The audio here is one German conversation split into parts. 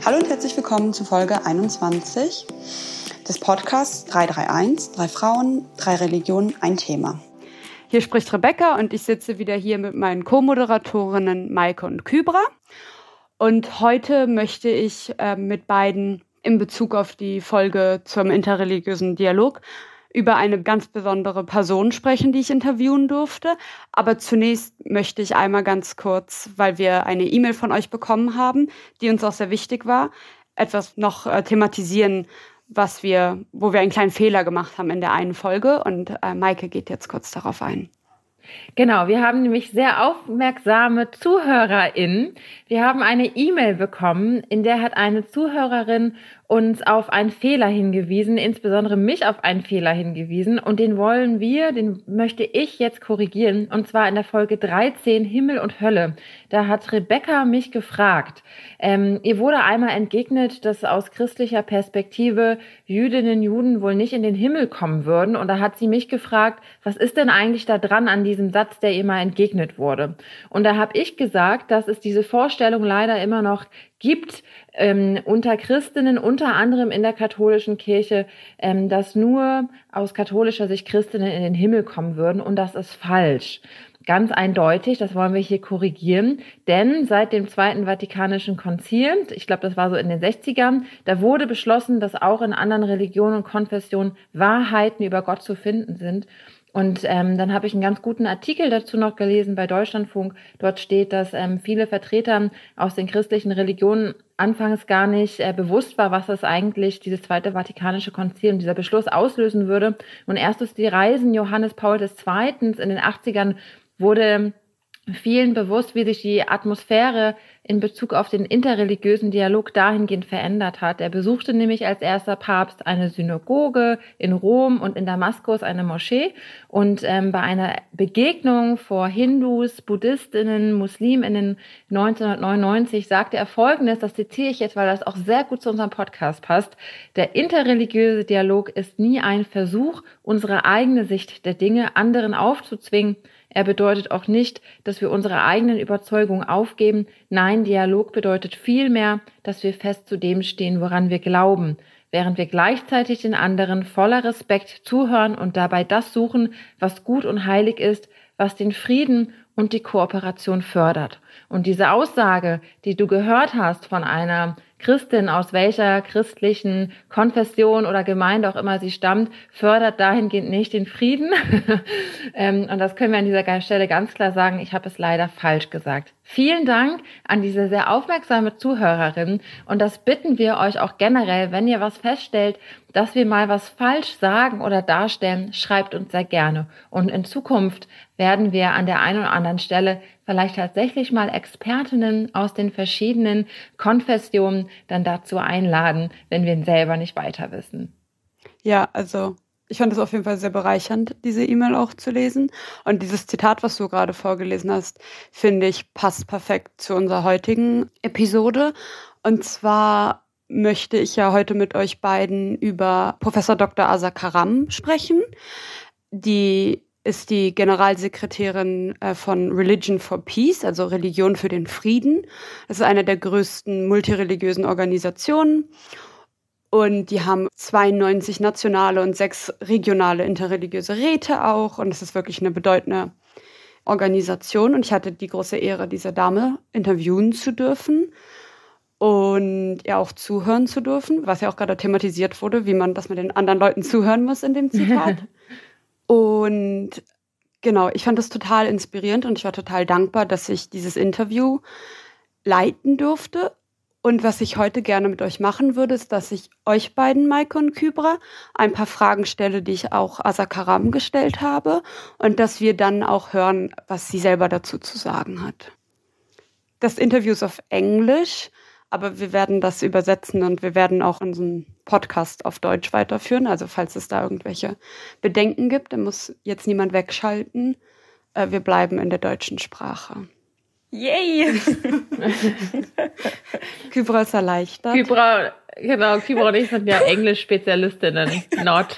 Hallo und herzlich willkommen zu Folge 21 des Podcasts 331, 3 Frauen, 3 Religionen, ein Thema. Hier spricht Rebecca und ich sitze wieder hier mit meinen Co-Moderatorinnen Maike und Kybra. Und heute möchte ich mit beiden in Bezug auf die Folge zum interreligiösen Dialog über eine ganz besondere Person sprechen, die ich interviewen durfte. Aber zunächst möchte ich einmal ganz kurz, weil wir eine E-Mail von euch bekommen haben, die uns auch sehr wichtig war, etwas noch thematisieren, wo wir einen kleinen Fehler gemacht haben in der einen Folge. Und Maike geht jetzt kurz darauf ein. Genau, wir haben nämlich sehr aufmerksame ZuhörerInnen. Wir haben eine E-Mail bekommen, in der hat eine Zuhörerin uns auf einen Fehler hingewiesen, insbesondere mich auf einen Fehler hingewiesen. Und den möchte ich jetzt korrigieren. Und zwar in der Folge 13, Himmel und Hölle. Da hat Rebecca mich gefragt. Ihr wurde einmal entgegnet, dass aus christlicher Perspektive Jüdinnen, Juden wohl nicht in den Himmel kommen würden. Und da hat sie mich gefragt, was ist denn eigentlich da dran an diesem Satz, der ihr mal entgegnet wurde? Und da habe ich gesagt, dass es diese Vorstellung leider immer noch gibt unter Christinnen, unter anderem in der katholischen Kirche, dass nur aus katholischer Sicht Christinnen in den Himmel kommen würden, und das ist falsch. Ganz eindeutig, das wollen wir hier korrigieren, denn seit dem Zweiten Vatikanischen Konzil, ich glaube, das war so in den 60ern, da wurde beschlossen, dass auch in anderen Religionen und Konfessionen Wahrheiten über Gott zu finden sind. Und dann habe ich einen ganz guten Artikel dazu noch gelesen bei Deutschlandfunk. Dort steht, dass viele Vertreter aus den christlichen Religionen anfangs gar nicht bewusst war, was das eigentlich dieses Zweite Vatikanische Konzil und dieser Beschluss auslösen würde. Und erst durch die Reisen Johannes Paul II. In den 80ern wurde vielen bewusst, wie sich die Atmosphäre in Bezug auf den interreligiösen Dialog dahingehend verändert hat. Er besuchte nämlich als erster Papst eine Synagoge in Rom und in Damaskus eine Moschee. Und bei einer Begegnung vor Hindus, Buddhistinnen, Musliminnen 1999 sagte er Folgendes, das zitiere ich jetzt, weil das auch sehr gut zu unserem Podcast passt: Der interreligiöse Dialog ist nie ein Versuch, unsere eigene Sicht der Dinge anderen aufzuzwingen. Er bedeutet auch nicht, dass wir unsere eigenen Überzeugungen aufgeben. Nein, Dialog bedeutet vielmehr, dass wir fest zu dem stehen, woran wir glauben, während wir gleichzeitig den anderen voller Respekt zuhören und dabei das suchen, was gut und heilig ist, was den Frieden und die Kooperation fördert. Und diese Aussage, die du gehört hast von einer Christin, aus welcher christlichen Konfession oder Gemeinde auch immer sie stammt, fördert dahingehend nicht den Frieden. Und das können wir an dieser Stelle ganz klar sagen, ich habe es leider falsch gesagt. Vielen Dank an diese sehr aufmerksame Zuhörerin, und das bitten wir euch auch generell, wenn ihr was feststellt, dass wir mal was falsch sagen oder darstellen, schreibt uns sehr gerne. Und in Zukunft werden wir an der einen oder anderen Stelle vielleicht tatsächlich mal Expertinnen aus den verschiedenen Konfessionen dann dazu einladen, wenn wir selber nicht weiter wissen. Ja, also ich fand es auf jeden Fall sehr bereichernd, diese E-Mail auch zu lesen. Und dieses Zitat, was du gerade vorgelesen hast, finde ich, passt perfekt zu unserer heutigen Episode. Und zwar möchte ich ja heute mit euch beiden über Professor Dr. Asa Karam sprechen. Die ist die Generalsekretärin von Religion for Peace, also Religion für den Frieden. Das ist eine der größten multireligiösen Organisationen. Und die haben 92 nationale und 6 regionale interreligiöse Räte auch. Und es ist wirklich eine bedeutende Organisation. Und ich hatte die große Ehre, diese Dame interviewen zu dürfen und ihr auch zuhören zu dürfen, was ja auch gerade thematisiert wurde, wie man das mit den anderen Leuten zuhören muss in dem Zitat. Und genau, ich fand das total inspirierend und ich war total dankbar, dass ich dieses Interview leiten durfte. Und was ich heute gerne mit euch machen würde, ist, dass ich euch beiden, Maike und Kybra, ein paar Fragen stelle, die ich auch Asa Karam gestellt habe, und dass wir dann auch hören, was sie selber dazu zu sagen hat. Das Interview ist auf Englisch, aber wir werden das übersetzen und wir werden auch unseren Podcast auf Deutsch weiterführen. Also falls es da irgendwelche Bedenken gibt, dann muss jetzt niemand wegschalten. Wir bleiben in der deutschen Sprache. Yay! Kybra ist erleichtert. Kybra und ich sind ja Englisch-Spezialistinnen. Not.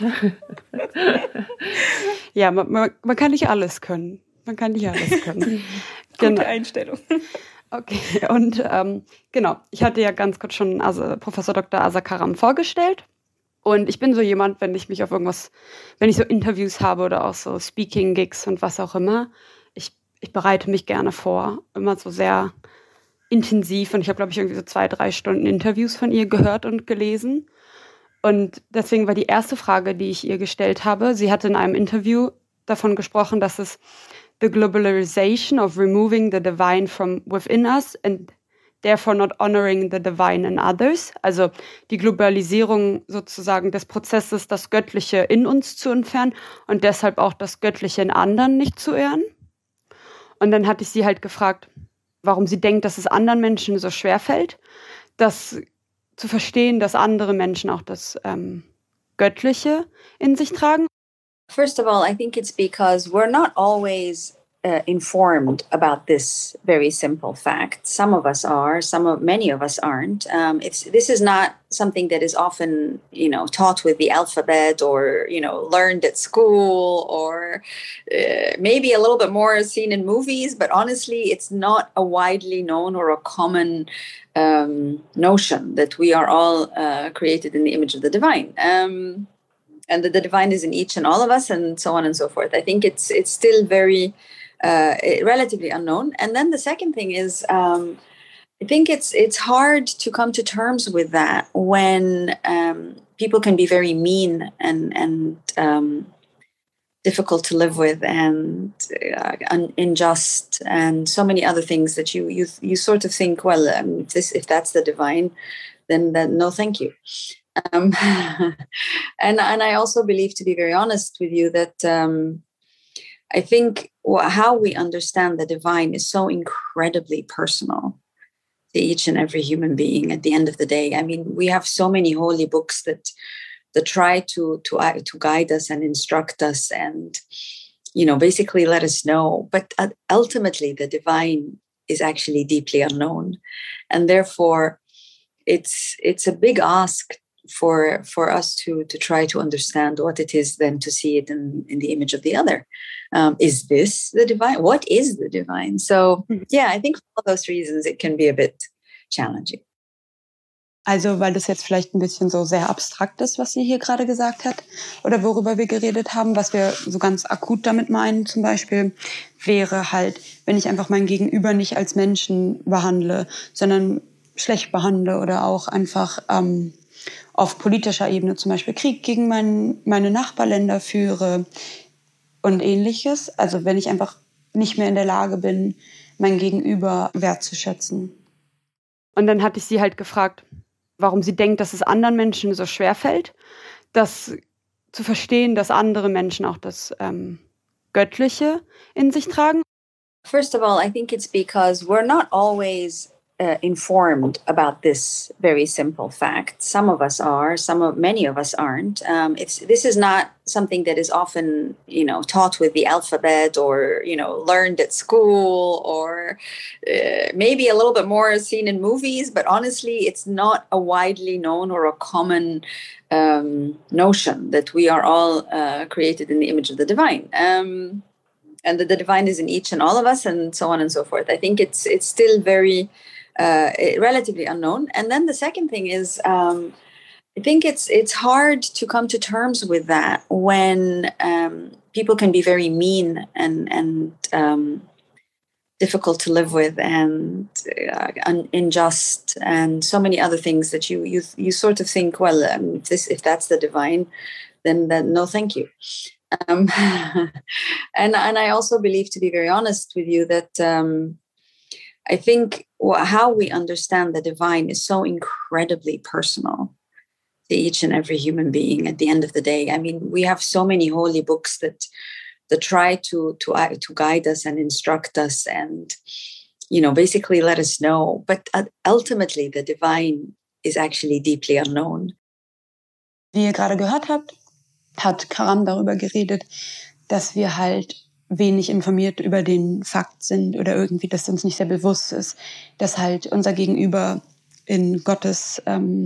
Ja, man kann nicht alles können. Gute Einstellung. Okay, und genau, ich hatte ja ganz kurz schon Professor Dr. Asa Karam vorgestellt. Und ich bin so jemand, wenn ich mich auf irgendwas, wenn ich so Interviews habe oder auch so Speaking-Gigs und was auch immer, ich bereite mich gerne vor, immer so sehr intensiv. Und ich habe, glaube ich, irgendwie so 2, 3 Stunden Interviews von ihr gehört und gelesen. Und deswegen war die erste Frage, die ich ihr gestellt habe, sie hatte in einem Interview davon gesprochen, dass es the globalization of removing the divine from within us and therefore not honoring the divine in others. Also die Globalisierung sozusagen des Prozesses, das Göttliche in uns zu entfernen und deshalb auch das Göttliche in anderen nicht zu ehren. Und dann hatte ich sie halt gefragt, warum sie denkt, dass es anderen Menschen so schwer fällt, das zu verstehen, dass andere Menschen auch das Göttliche in sich tragen. First of all, I think it's because we're not always informed about this very simple fact. Some of us are, many of us aren't. This is not something that is often, taught with the alphabet or, learned at school or maybe a little bit more seen in movies. But honestly, it's not a widely known or a common notion that we are all created in the image of the divine. And that the divine is in each and all of us, and so on and so forth. I think it's still very relatively unknown. And then the second thing is, I think it's hard to come to terms with that when people can be very mean and difficult to live with and unjust and so many other things that you sort of think, well, if that's the divine, then no, thank you. And I also believe, to be very honest with you, that I think how we understand the divine is so incredibly personal to each and every human being at the end of the day. I mean, we have so many holy books that try to guide us and instruct us and, basically let us know. But ultimately, the divine is actually deeply unknown. And therefore, it's a big ask for us to try to understand what it is, then to see it in the image of the other. Is this the divine? What is the divine? So yeah, I think for all those reasons it can be a bit challenging. Also, weil das jetzt vielleicht ein bisschen so sehr abstrakt ist, was sie hier gerade gesagt hat oder worüber wir geredet haben, was wir so ganz akut damit meinen zum Beispiel, wäre halt, wenn ich einfach mein Gegenüber nicht als Menschen behandle, sondern schlecht behandle oder auch einfach auf politischer Ebene zum Beispiel Krieg gegen meine Nachbarländer führe und Ähnliches. Also wenn ich einfach nicht mehr in der Lage bin, mein Gegenüber wertzuschätzen. Und dann hatte ich sie halt gefragt, warum sie denkt, dass es anderen Menschen so schwer fällt, das zu verstehen, dass andere Menschen auch das Göttliche in sich tragen. First of all, I think it's because we're not always informed about this very simple fact. Some of us are, many of us aren't. This is not something that is often, taught with the alphabet or, learned at school or maybe a little bit more seen in movies. But honestly, it's not a widely known or a common notion that we are all created in the image of the divine. And that the divine is in each and all of us, and so on and so forth. I think it's still very relatively unknown. And then the second thing is, I think it's hard to come to terms with that when people can be very mean and difficult to live with and unjust and so many other things that you sort of think, well, if that's the divine, then no, thank you. And I also believe, to be very honest with you, that I think how we understand the divine is so incredibly personal to each and every human being at the end of the day. I mean, we have so many holy books that try to guide us and instruct us and, basically let us know. But ultimately, the divine is actually deeply unknown. Wie ihr gerade gehört habt, hat Karam darüber geredet, dass wir halt wenig informiert über den Fakt sind oder irgendwie, dass uns nicht sehr bewusst ist, dass halt unser Gegenüber in Gottes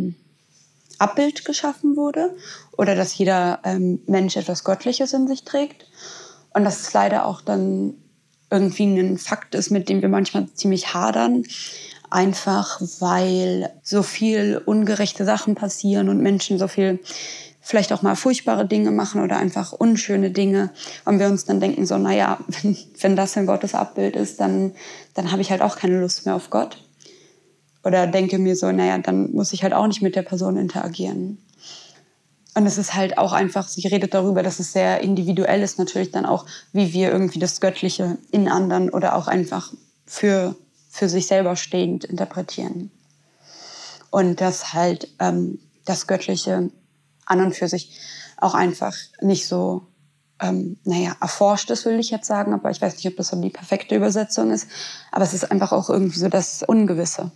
Abbild geschaffen wurde oder dass jeder Mensch etwas Göttliches in sich trägt und dass es leider auch dann irgendwie ein Fakt ist, mit dem wir manchmal ziemlich hadern. Einfach weil so viel ungerechte Sachen passieren und Menschen so viel vielleicht auch mal furchtbare Dinge machen oder einfach unschöne Dinge. Und wir uns dann denken so, naja, wenn das ein Gottes Abbild ist, dann habe ich halt auch keine Lust mehr auf Gott. Oder denke mir so, naja, dann muss ich halt auch nicht mit der Person interagieren. Und es ist halt auch einfach, sie redet darüber, dass es sehr individuell ist, natürlich dann auch, wie wir irgendwie das Göttliche in anderen oder auch einfach für sich selber stehend interpretieren. Und dass halt das Göttliche an und für sich auch einfach nicht so, erforscht ist, will ich jetzt sagen, aber ich weiß nicht, ob das so die perfekte Übersetzung ist, aber es ist einfach auch irgendwie so das Ungewisse.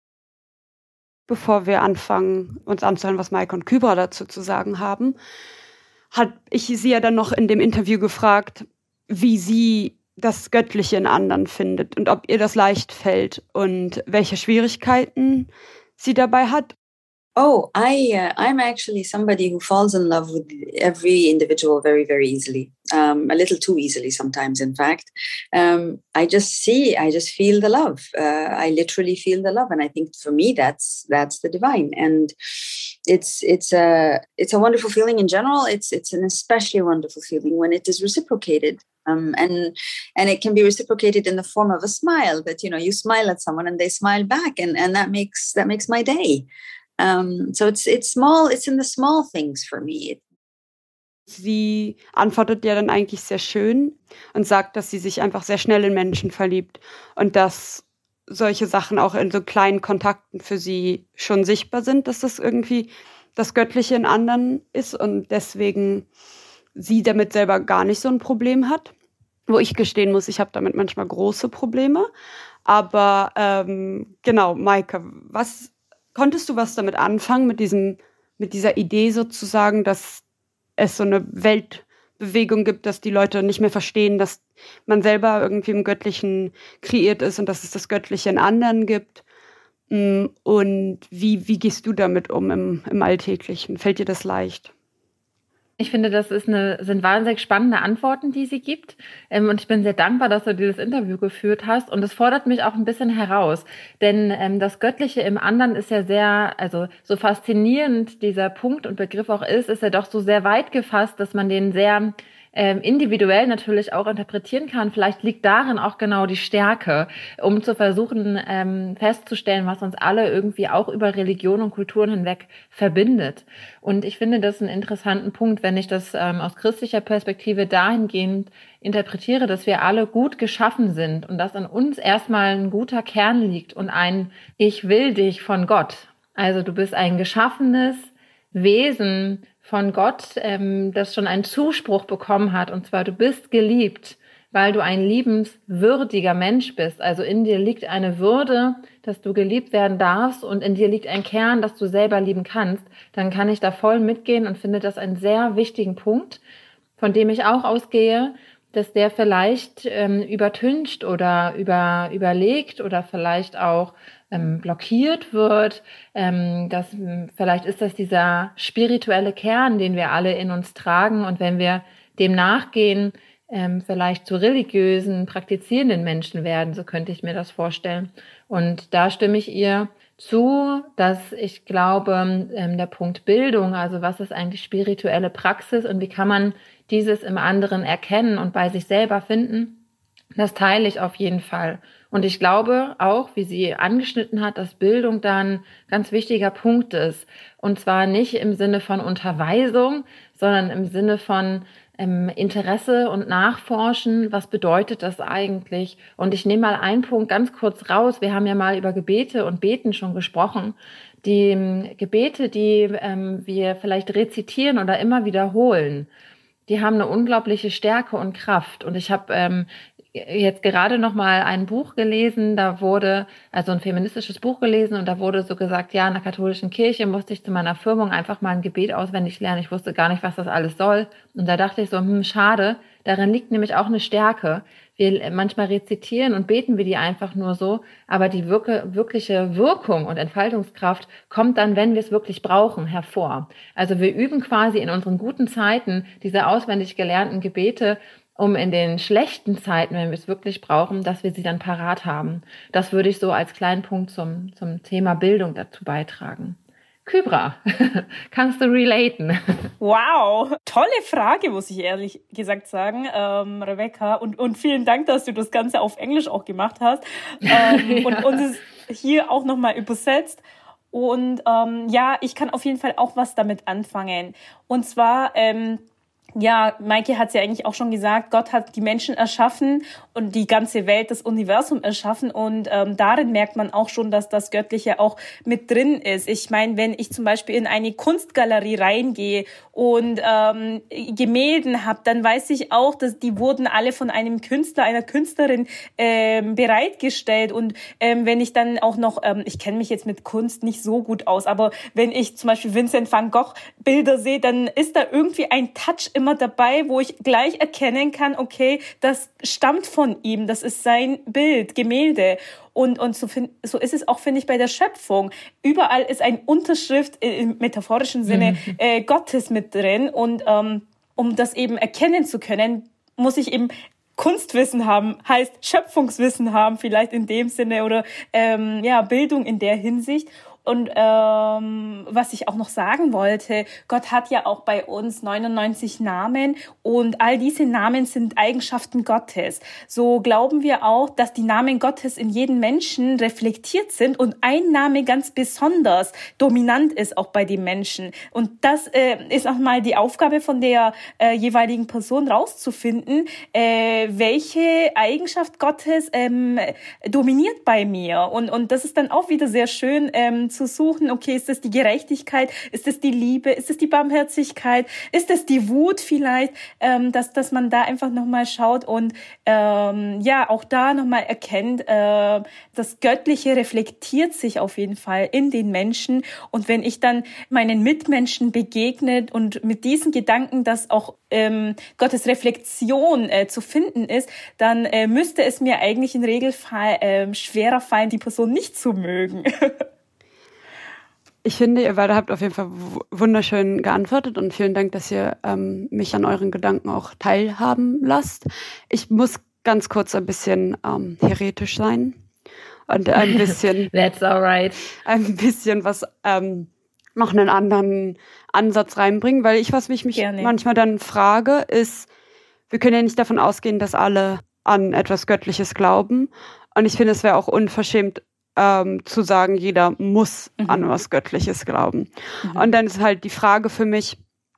Bevor wir anfangen, uns anzuhören, was Maike und Kybra dazu zu sagen haben, hat ich sie ja dann noch in dem Interview gefragt, wie sie das Göttliche in anderen findet und ob ihr das leicht fällt und welche Schwierigkeiten sie dabei hat. Oh, I'm actually somebody who falls in love with every individual very, very easily. A little too easily sometimes, in fact. I just feel the love. I literally feel the love, and I think for me that's the divine. And it's a wonderful feeling in general. It's an especially wonderful feeling when it is reciprocated. And it can be reciprocated in the form of a smile. That you smile at someone and they smile back, and that makes my day. So it's small. It's in the small things for me. Sie antwortet ja dann eigentlich sehr schön und sagt, dass sie sich einfach sehr schnell in Menschen verliebt und dass solche Sachen auch in so kleinen Kontakten für sie schon sichtbar sind, dass das irgendwie das Göttliche in anderen ist und deswegen sie damit selber gar nicht so ein Problem hat. Wo ich gestehen muss, ich habe damit manchmal große Probleme. Aber genau, Maike, konntest du was damit anfangen, mit dieser Idee sozusagen, dass es so eine Weltbewegung gibt, dass die Leute nicht mehr verstehen, dass man selber irgendwie im Göttlichen kreiert ist und dass es das Göttliche in anderen gibt? Und wie gehst du damit um im Alltäglichen? Fällt dir das leicht? Ich finde, das sind wahnsinnig spannende Antworten, die sie gibt. Und ich bin sehr dankbar, dass du dieses Interview geführt hast. Und es fordert mich auch ein bisschen heraus. Denn das Göttliche im anderen ist ja sehr, also so faszinierend dieser Punkt und Begriff auch ist er doch so sehr weit gefasst, dass man den sehr individuell natürlich auch interpretieren kann. Vielleicht liegt darin auch genau die Stärke, um zu versuchen festzustellen, was uns alle irgendwie auch über Religion und Kulturen hinweg verbindet. Und ich finde das einen interessanten Punkt, wenn ich das aus christlicher Perspektive dahingehend interpretiere, dass wir alle gut geschaffen sind und dass in uns erstmal ein guter Kern liegt und ein Ich will dich von Gott. Also du bist ein geschaffenes Wesen von Gott, das schon einen Zuspruch bekommen hat, und zwar du bist geliebt, weil du ein liebenswürdiger Mensch bist. Also in dir liegt eine Würde, dass du geliebt werden darfst, und in dir liegt ein Kern, dass du selber lieben kannst. Dann kann ich da voll mitgehen und finde das einen sehr wichtigen Punkt, von dem ich auch ausgehe, dass der vielleicht übertüncht oder überlegt oder vielleicht auch blockiert wird. Vielleicht ist das dieser spirituelle Kern, den wir alle in uns tragen. Und wenn wir dem nachgehen, vielleicht zu religiösen, praktizierenden Menschen werden, so könnte ich mir das vorstellen. Und da stimme ich ihr zu, dass ich glaube, der Punkt Bildung, also was ist eigentlich spirituelle Praxis und wie kann man dieses im anderen erkennen und bei sich selber finden, das teile ich auf jeden Fall. Und ich glaube auch, wie sie angeschnitten hat, dass Bildung dann ein ganz wichtiger Punkt ist. Und zwar nicht im Sinne von Unterweisung, sondern im Sinne von Interesse und Nachforschen. Was bedeutet das eigentlich? Und ich nehme mal einen Punkt ganz kurz raus. Wir haben ja mal über Gebete und Beten schon gesprochen. Die Gebete, die wir vielleicht rezitieren oder immer wiederholen, die haben eine unglaubliche Stärke und Kraft. Und ich habe jetzt gerade noch mal ein Buch gelesen, also ein feministisches Buch gelesen, und da wurde so gesagt, ja, in der katholischen Kirche musste ich zu meiner Firmung einfach mal ein Gebet auswendig lernen. Ich wusste gar nicht, was das alles soll. Und da dachte ich so, schade, darin liegt nämlich auch eine Stärke. Wir manchmal rezitieren und beten wir die einfach nur so, aber die wirkliche Wirkung und Entfaltungskraft kommt dann, wenn wir es wirklich brauchen, hervor. Also wir üben quasi in unseren guten Zeiten diese auswendig gelernten Gebete, um in den schlechten Zeiten, wenn wir es wirklich brauchen, dass wir sie dann parat haben. Das würde ich so als kleinen Punkt zum Thema Bildung dazu beitragen. Kybra, kannst du relaten? Wow, tolle Frage, muss ich ehrlich gesagt sagen, Rebecca. Und vielen Dank, dass du das Ganze auf Englisch auch gemacht hast und uns hier auch nochmal übersetzt. Und ich kann auf jeden Fall auch was damit anfangen. Und zwar, Maike hat es ja eigentlich auch schon gesagt, Gott hat die Menschen erschaffen und die ganze Welt, das Universum erschaffen und darin merkt man auch schon, dass das Göttliche auch mit drin ist. Ich meine, wenn ich zum Beispiel in eine Kunstgalerie reingehe und Gemälden habe, dann weiß ich auch, dass die wurden alle von einem Künstler, einer Künstlerin bereitgestellt und wenn ich dann auch noch, ich kenne mich jetzt mit Kunst nicht so gut aus, aber wenn ich zum Beispiel Vincent van Gogh Bilder sehe, dann ist da irgendwie ein Touch immer dabei, wo ich gleich erkennen kann, okay, das stammt von ihm, das ist sein Bild, Gemälde. Und so ist es auch, finde ich, bei der Schöpfung. Überall ist eine Unterschrift im metaphorischen Sinne Gottes mit drin. Und um das eben erkennen zu können, muss ich eben Kunstwissen haben, heißt Schöpfungswissen haben, vielleicht in dem Sinne oder Bildung in der Hinsicht. Und was ich auch noch sagen wollte, Gott hat ja auch bei uns 99 Namen und all diese Namen sind Eigenschaften Gottes. So glauben wir auch, dass die Namen Gottes in jedem Menschen reflektiert sind und ein Name ganz besonders dominant ist auch bei den Menschen. Und das ist auch mal die Aufgabe von der jeweiligen Person rauszufinden, welche Eigenschaft Gottes dominiert bei mir. Und das ist dann auch wieder sehr schön zu suchen, okay, ist das die Gerechtigkeit, ist das die Liebe, ist das die Barmherzigkeit, ist das die Wut vielleicht, dass man da einfach nochmal schaut und auch da nochmal erkennt, das Göttliche reflektiert sich auf jeden Fall in den Menschen und wenn ich dann meinen Mitmenschen begegnet und mit diesen Gedanken, dass auch Gottes Reflexion zu finden ist, dann müsste es mir eigentlich im Regelfall schwerer fallen, die Person nicht zu mögen. Ich finde, ihr beide habt auf jeden Fall wunderschön geantwortet und vielen Dank, dass ihr mich an euren Gedanken auch teilhaben lasst. Ich muss ganz kurz ein bisschen heretisch sein und ein bisschen That's alright. Ein bisschen was noch einen anderen Ansatz reinbringen, weil was mich manchmal dann frage, ist, wir können ja nicht davon ausgehen, dass alle an etwas Göttliches glauben und ich finde, es wäre auch unverschämt, zu sagen, jeder muss an was Göttliches glauben. Und dann ist halt die Frage für mich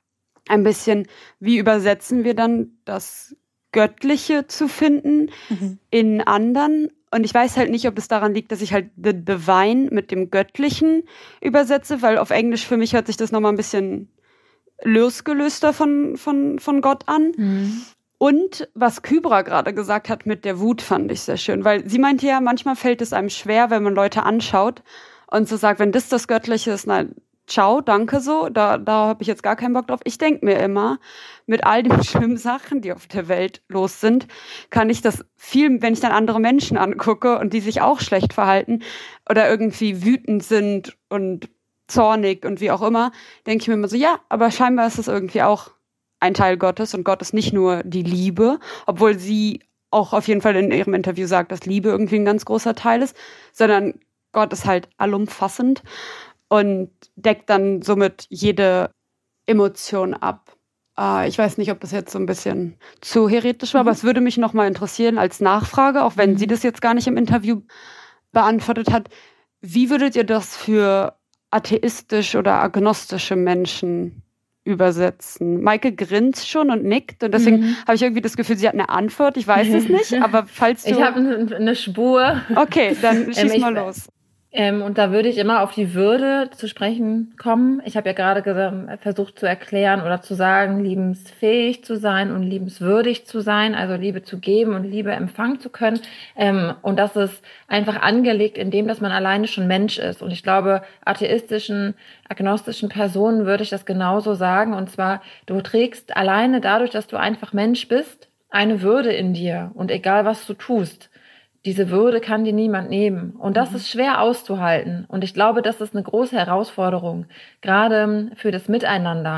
ein bisschen, wie übersetzen wir dann das Göttliche zu finden in anderen? Und ich weiß halt nicht, ob es daran liegt, dass ich halt the divine mit dem Göttlichen übersetze, weil auf Englisch für mich hört sich das nochmal ein bisschen losgelöster von Gott an. Und was Kybra gerade gesagt hat mit der Wut, fand ich sehr schön, weil sie meinte ja, manchmal fällt es einem schwer, wenn man Leute anschaut und so sagt, wenn das Göttliche ist, na, ciao, danke so, da habe ich jetzt gar keinen Bock drauf. Ich denke mir immer, mit all den schlimmen Sachen, die auf der Welt los sind, kann ich das viel, wenn ich dann andere Menschen angucke und die sich auch schlecht verhalten oder irgendwie wütend sind und zornig und wie auch immer, denke ich mir immer so, ja, aber scheinbar ist das irgendwie auch ein Teil Gottes und Gott ist nicht nur die Liebe, obwohl sie auch auf jeden Fall in ihrem Interview sagt, dass Liebe irgendwie ein ganz großer Teil ist, sondern Gott ist halt allumfassend und deckt dann somit jede Emotion ab. Ich weiß nicht, ob das jetzt so ein bisschen zu heretisch war, aber es würde mich nochmal interessieren als Nachfrage, auch wenn sie das jetzt gar nicht im Interview beantwortet hat. Wie würdet ihr das für atheistisch oder agnostische Menschen übersetzen? Maike grinst schon und nickt und deswegen habe ich irgendwie das Gefühl, sie hat eine Antwort. Ich weiß es nicht, aber falls du... Ich habe eine Spur. Okay, dann schieß mal los. Und da würde ich immer auf die Würde zu sprechen kommen. Ich habe ja gerade versucht zu erklären oder zu sagen, liebensfähig zu sein und liebenswürdig zu sein, also Liebe zu geben und Liebe empfangen zu können. Und das ist einfach angelegt in dem, dass man alleine schon Mensch ist. Und ich glaube, atheistischen, agnostischen Personen würde ich das genauso sagen. Und zwar, du trägst alleine dadurch, dass du einfach Mensch bist, eine Würde in dir. Und egal, was du tust, diese Würde kann dir niemand nehmen. Und das ist schwer auszuhalten. Und ich glaube, das ist eine große Herausforderung, gerade für das Miteinander.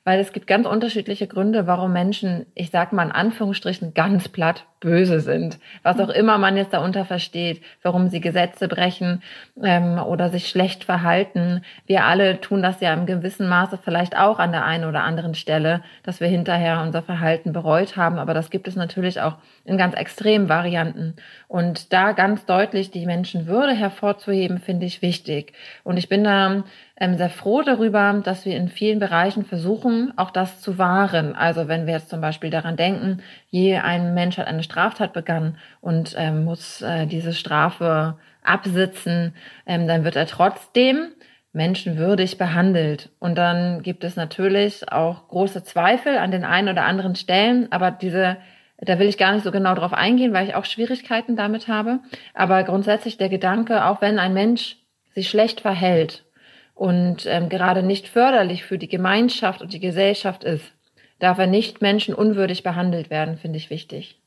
weil es gibt ganz unterschiedliche Gründe, warum Menschen, ich sag mal in Anführungsstrichen, ganz platt böse sind. Was auch immer man jetzt darunter versteht, warum sie Gesetze brechen oder sich schlecht verhalten. Wir alle tun das ja im gewissen Maße vielleicht auch an der einen oder anderen Stelle, dass wir hinterher unser Verhalten bereut haben. Aber das gibt es natürlich auch in ganz extremen Varianten. Und da ganz deutlich die Menschenwürde hervorzuheben, finde ich wichtig. Und ich bin da sehr froh darüber, dass wir in vielen Bereichen versuchen, auch das zu wahren. Also wenn wir jetzt zum Beispiel daran denken, ein Mensch hat eine Straftat begangen und muss diese Strafe absitzen, dann wird er trotzdem menschenwürdig behandelt. Und dann gibt es natürlich auch große Zweifel an den einen oder anderen Stellen, aber da will ich gar nicht so genau drauf eingehen, weil ich auch Schwierigkeiten damit habe. Aber grundsätzlich der Gedanke, auch wenn ein Mensch sich schlecht verhält und gerade nicht förderlich für die Gemeinschaft und die Gesellschaft ist, darf er nicht menschenunwürdig behandelt werden, finde ich wichtig.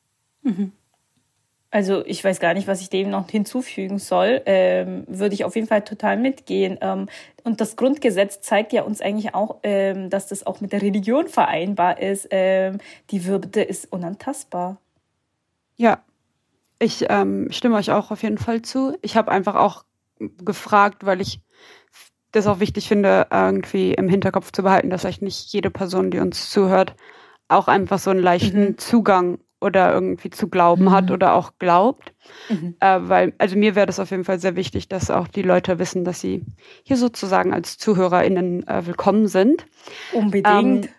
Also ich weiß gar nicht, was ich dem noch hinzufügen soll. Würde ich auf jeden Fall total mitgehen. Und das Grundgesetz zeigt ja uns eigentlich auch, dass das auch mit der Religion vereinbar ist. Die Würde ist unantastbar. Ja, ich stimme euch auch auf jeden Fall zu. Ich habe einfach auch gefragt, weil ich das auch wichtig finde, irgendwie im Hinterkopf zu behalten, dass vielleicht nicht jede Person, die uns zuhört, auch einfach so einen leichten Zugang oder irgendwie zu glauben hat oder auch glaubt. Weil, also mir wäre das auf jeden Fall sehr wichtig, dass auch die Leute wissen, dass sie hier sozusagen als ZuhörerInnen willkommen sind. Unbedingt.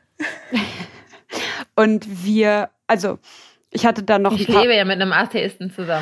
Und ich hatte dann noch Ich lebe ja mit einem Atheisten zusammen.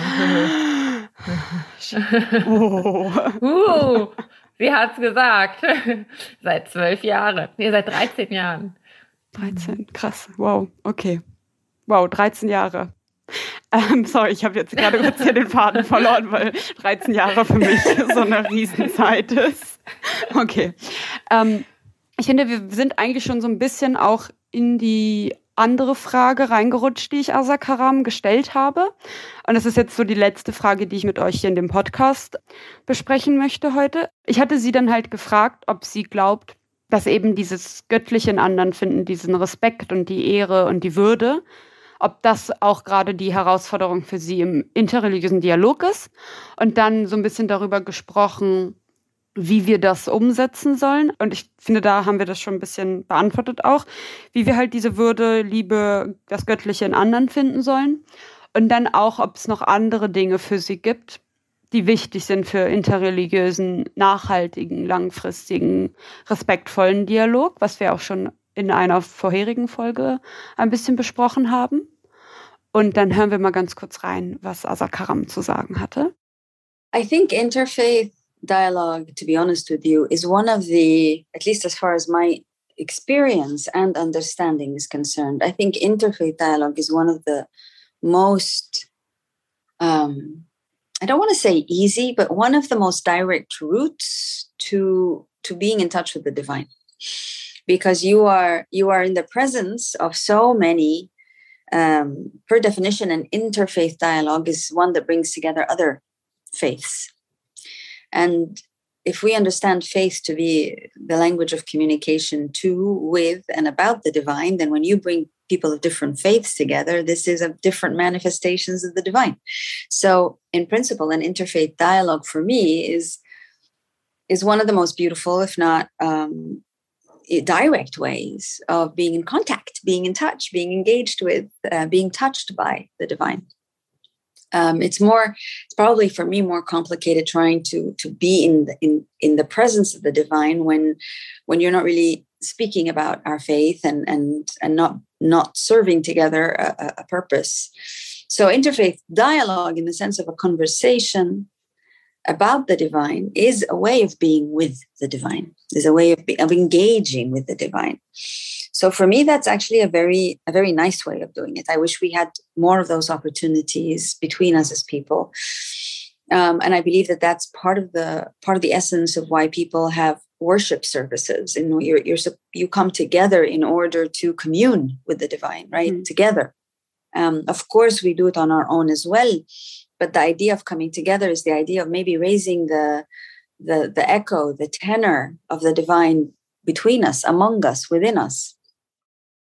Sie hat's gesagt. Seit 12 Jahren. Nee, seit 13 Jahren. 13, krass. Wow, okay. Wow, 13 Jahre. Sorry, ich habe jetzt gerade kurz hier den Faden verloren, weil 13 Jahre für mich so eine Riesenzeit ist. Okay. Ich finde, wir sind eigentlich schon so ein bisschen auch in die andere Frage reingerutscht, die ich Asa Karam gestellt habe. Und das ist jetzt so die letzte Frage, die ich mit euch hier in dem Podcast besprechen möchte heute. Ich hatte sie dann halt gefragt, ob sie glaubt, dass eben dieses Göttliche in anderen finden, diesen Respekt und die Ehre und die Würde, ob das auch gerade die Herausforderung für sie im interreligiösen Dialog ist. Und dann so ein bisschen darüber gesprochen, wie wir das umsetzen sollen. Und ich finde, da haben wir das schon ein bisschen beantwortet auch, wie wir halt diese Würde, Liebe, das Göttliche in anderen finden sollen. Und dann auch, ob es noch andere Dinge für sie gibt, die wichtig sind für interreligiösen, nachhaltigen, langfristigen, respektvollen Dialog, was wir auch schon in einer vorherigen Folge ein bisschen besprochen haben. Und dann hören wir mal ganz kurz rein, was Asa Karam zu sagen hatte. I think interfaith dialogue, to be honest with you, is one of the, at least as far as my experience and understanding is concerned, I think interfaith dialogue is one of the most, I don't want to say easy, but one of the most direct routes to being in touch with the divine. Because you are in the presence of so many, per definition, an interfaith dialogue is one that brings together other faiths. And if we understand faith to be the language of communication to, with, and about the divine, then when you bring people of different faiths together, this is a different manifestations of the divine. So in principle, an interfaith dialogue for me is one of the most beautiful, if not direct ways of being in contact, being in touch, being engaged with, being touched by the divine. It's probably for me more complicated trying to be in the presence of the divine when you're not really speaking about our faith and not serving together a purpose. So interfaith dialogue, in the sense of a conversation about the divine, is a way of being with the divine, is a way of engaging with the divine. So for me, that's actually a very nice way of doing it. I wish we had more of those opportunities between us as people. And I believe that that's part of the essence of why people have worship services. And you come together in order to commune with the divine, right? Mm-hmm. Together. Of course, we do it on our own as well. But the idea of coming together is the idea of maybe raising the echo, the tenor of the divine between us, among us, within us.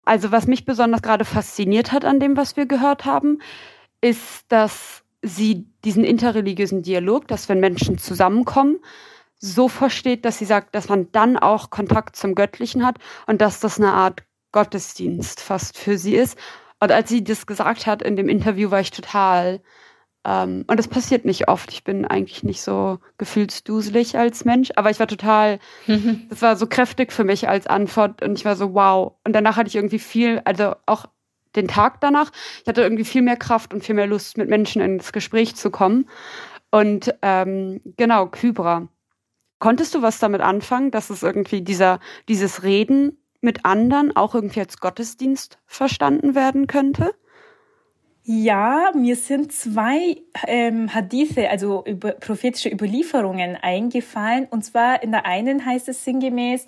Also was mich besonders gerade fasziniert hat an dem, was wir gehört haben, ist, dass sie diesen interreligiösen Dialog, dass wenn Menschen zusammenkommen, so versteht, dass sie sagt, dass man dann auch Kontakt zum Göttlichen hat und dass das eine Art Gottesdienst fast für sie ist. Und als sie das gesagt hat in dem Interview, war ich total, und das passiert nicht oft, ich bin eigentlich nicht so gefühlsduselig als Mensch, aber ich war total, das war so kräftig für mich als Antwort und ich war so, wow. Und danach hatte ich irgendwie viel, also auch den Tag danach, ich hatte irgendwie viel mehr Kraft und viel mehr Lust, mit Menschen ins Gespräch zu kommen. Und genau, Kybra. Konntest du was damit anfangen, dass es irgendwie dieses Reden mit anderen auch irgendwie als Gottesdienst verstanden werden könnte? Ja, mir sind 2 Hadithe, also prophetische Überlieferungen eingefallen. Und zwar in der einen heißt es sinngemäß,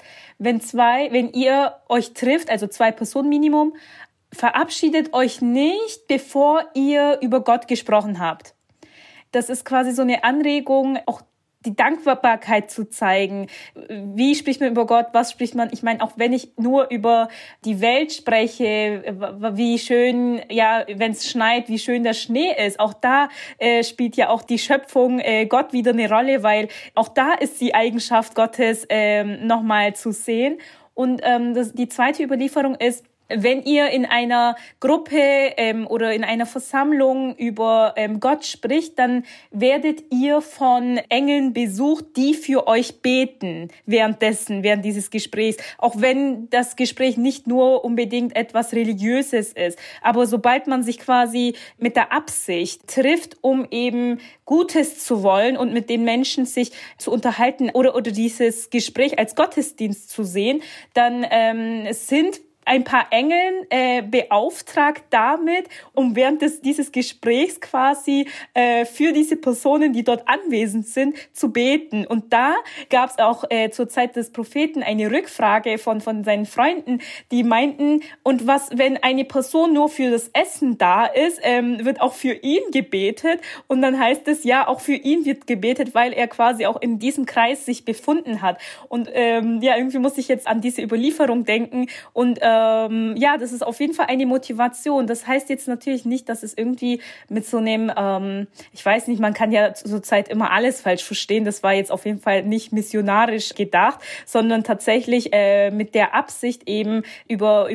wenn ihr euch trifft, also 2 Personen Minimum, verabschiedet euch nicht, bevor ihr über Gott gesprochen habt. Das ist quasi so eine Anregung, auch die Dankbarkeit zu zeigen. Wie spricht man über Gott? Was spricht man? Ich meine, auch wenn ich nur über die Welt spreche, wie schön, ja, wenn es schneit, wie schön der Schnee ist. Auch da spielt ja auch die Schöpfung Gott wieder eine Rolle, weil auch da ist die Eigenschaft Gottes nochmal zu sehen. Und die zweite Überlieferung ist, wenn ihr in einer Gruppe oder in einer Versammlung über Gott spricht, dann werdet ihr von Engeln besucht, die für euch beten während dieses Gesprächs. Auch wenn das Gespräch nicht nur unbedingt etwas Religiöses ist. Aber sobald man sich quasi mit der Absicht trifft, um eben Gutes zu wollen und mit den Menschen sich zu unterhalten oder dieses Gespräch als Gottesdienst zu sehen, dann sind ein paar Engeln beauftragt damit, um während dieses Gesprächs quasi für diese Personen, die dort anwesend sind, zu beten. Und da gab es auch zur Zeit des Propheten eine Rückfrage von seinen Freunden, die meinten, und was, wenn eine Person nur für das Essen da ist, wird auch für ihn gebetet. Und dann heißt es, ja, auch für ihn wird gebetet, weil er quasi auch in diesem Kreis sich befunden hat. Und ja, irgendwie muss ich jetzt an diese Überlieferung denken und ja, das ist auf jeden Fall eine Motivation. Das heißt jetzt natürlich nicht, dass es irgendwie mit so einem, ich weiß nicht, man kann ja zurzeit immer alles falsch verstehen. Das war jetzt auf jeden Fall nicht missionarisch gedacht, sondern tatsächlich mit der Absicht eben über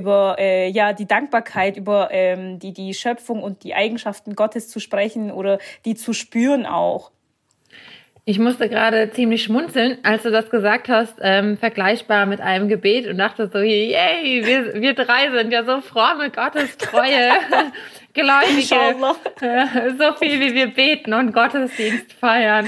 ja die Dankbarkeit, über die Schöpfung und die Eigenschaften Gottes zu sprechen oder die zu spüren auch. Ich musste gerade ziemlich schmunzeln, als du das gesagt hast, vergleichbar mit einem Gebet und dachte so, yay, wir 3 sind ja so fromme, gottestreue Gläubige, so viel wie wir beten und Gottesdienst feiern.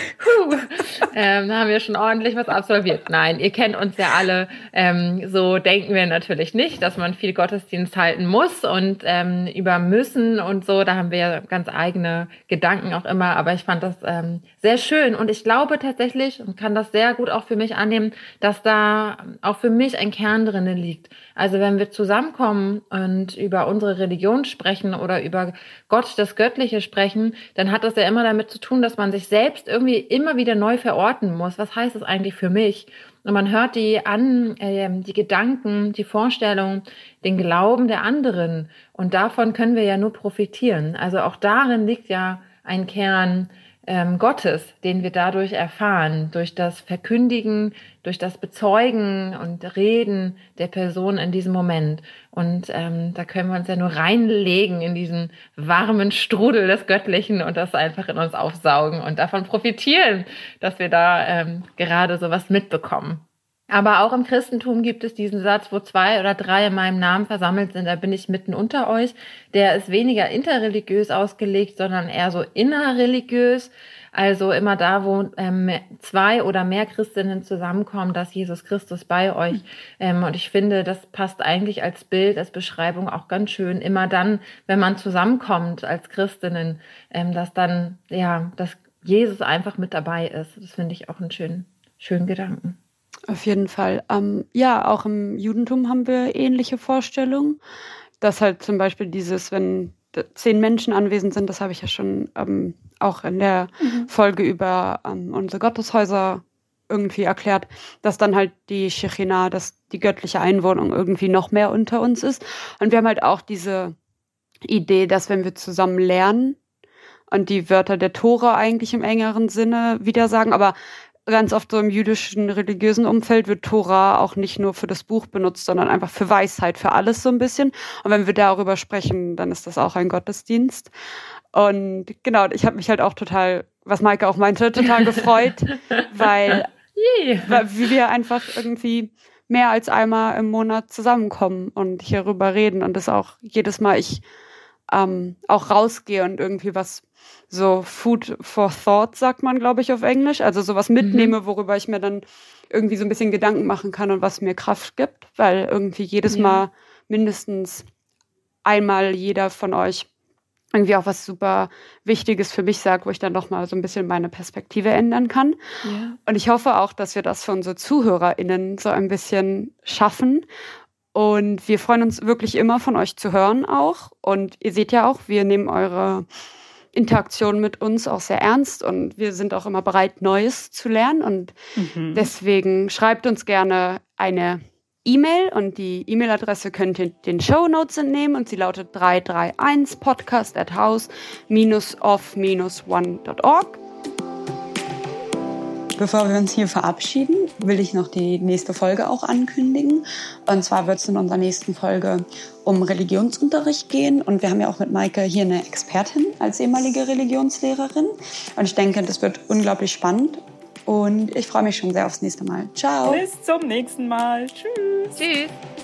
Da haben wir schon ordentlich was absolviert. Nein, ihr kennt uns ja alle, so denken wir natürlich nicht, dass man viel Gottesdienst halten muss und über müssen und so, da haben wir ja ganz eigene Gedanken auch immer, aber ich fand das sehr schön und ich glaube tatsächlich und kann das sehr gut auch für mich annehmen, dass da auch für mich ein Kern drin liegt. Also wenn wir zusammenkommen und über unsere Religion sprechen oder über Gott, das Göttliche sprechen, dann hat das ja immer damit zu tun, dass man sich selbst irgendwie immer wieder neu verorten muss. Was heißt das eigentlich für mich? Und man hört die Gedanken, die Vorstellungen, den Glauben der anderen. Und davon können wir ja nur profitieren. Also auch darin liegt ja ein Kern Gottes, den wir dadurch erfahren, durch das Verkündigen, durch das Bezeugen und Reden der Person in diesem Moment. Und da können wir uns ja nur reinlegen in diesen warmen Strudel des Göttlichen und das einfach in uns aufsaugen und davon profitieren, dass wir da gerade sowas mitbekommen. Aber auch im Christentum gibt es diesen Satz, wo 2 oder 3 in meinem Namen versammelt sind, da bin ich mitten unter euch. Der ist weniger interreligiös ausgelegt, sondern eher so innerreligiös. Also immer da, wo 2 oder mehr Christinnen zusammenkommen, dass Jesus Christus bei euch. Und ich finde, das passt eigentlich als Bild, als Beschreibung auch ganz schön. Immer dann, wenn man zusammenkommt als Christinnen, dass dann, ja, dass Jesus einfach mit dabei ist. Das finde ich auch einen schönen Gedanken. Auf jeden Fall. Ja, auch im Judentum haben wir ähnliche Vorstellungen. Dass halt zum Beispiel dieses, wenn 10 Menschen anwesend sind, das habe ich ja schon auch in der Folge über unsere Gotteshäuser irgendwie erklärt, dass dann halt die Shechina, dass die göttliche Einwohnung irgendwie noch mehr unter uns ist. Und wir haben halt auch diese Idee, dass wenn wir zusammen lernen und die Wörter der Tora eigentlich im engeren Sinne wieder sagen, aber ganz oft so im jüdischen religiösen Umfeld wird Tora auch nicht nur für das Buch benutzt, sondern einfach für Weisheit, für alles so ein bisschen. Und wenn wir darüber sprechen, dann ist das auch ein Gottesdienst. Und genau, ich habe mich halt auch total, was Maike auch meinte, total gefreut, weil wir einfach irgendwie mehr als einmal im Monat zusammenkommen und hierüber reden und das auch jedes Mal ich auch rausgehe und irgendwie was so Food for Thought, sagt man, glaube ich, auf Englisch. Also sowas mitnehme, worüber ich mir dann irgendwie so ein bisschen Gedanken machen kann und was mir Kraft gibt, weil irgendwie jedes Mal mindestens einmal jeder von euch irgendwie auch was super Wichtiges für mich sagt, wo ich dann nochmal so ein bisschen meine Perspektive ändern kann. Ja. Und ich hoffe auch, dass wir das für unsere ZuhörerInnen so ein bisschen schaffen. Und wir freuen uns wirklich immer von euch zu hören auch. Und ihr seht ja auch, wir nehmen eure Interaktion mit uns auch sehr ernst und wir sind auch immer bereit, Neues zu lernen. Und deswegen schreibt uns gerne eine E-Mail und die E-Mail-Adresse könnt ihr den Shownotes entnehmen und sie lautet 331podcast@house-of-one.org. Bevor wir uns hier verabschieden, will ich noch die nächste Folge auch ankündigen. Und zwar wird es in unserer nächsten Folge um Religionsunterricht gehen. Und wir haben ja auch mit Maike hier eine Expertin als ehemalige Religionslehrerin. Und ich denke, das wird unglaublich spannend. Und ich freue mich schon sehr aufs nächste Mal. Ciao. Bis zum nächsten Mal. Tschüss. Tschüss.